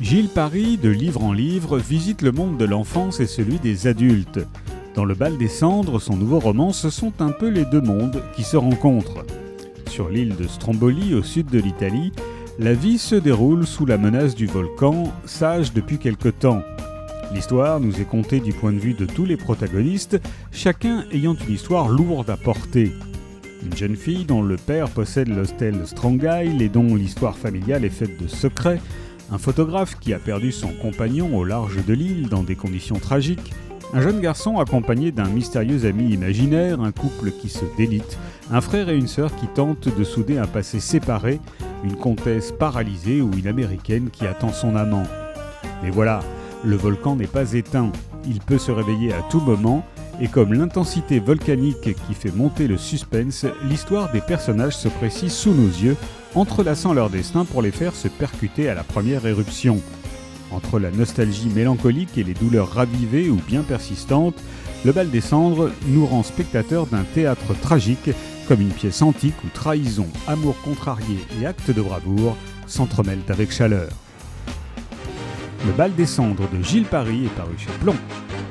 Gilles Paris, de livre en livre, visite le monde de l'enfance et celui des adultes. Dans Le Bal des Cendres, son nouveau roman, ce sont un peu les deux mondes qui se rencontrent. Sur l'île de Stromboli, au sud de l'Italie, la vie se déroule sous la menace du volcan, sage depuis quelque temps. L'histoire nous est contée du point de vue de tous les protagonistes, chacun ayant une histoire lourde à porter. Une jeune fille dont le père possède l'hostel Strong-Isle et dont l'histoire familiale est faite de secrets, un photographe qui a perdu son compagnon au large de l'île dans des conditions tragiques, un jeune garçon accompagné d'un mystérieux ami imaginaire, un couple qui se délite, un frère et une sœur qui tentent de souder un passé séparé, une comtesse paralysée ou une américaine qui attend son amant. Mais voilà, le volcan n'est pas éteint, il peut se réveiller à tout moment, et comme l'intensité volcanique qui fait monter le suspense, l'histoire des personnages se précise sous nos yeux, entrelaçant leur destin pour les faire se percuter à la première éruption. Entre la nostalgie mélancolique et les douleurs ravivées ou bien persistantes, Le Bal des Cendres nous rend spectateurs d'un théâtre tragique, comme une pièce antique où trahison, amour contrarié et actes de bravoure s'entremêlent avec chaleur. Le Bal des Cendres de Gilles Paris est paru chez Plomb.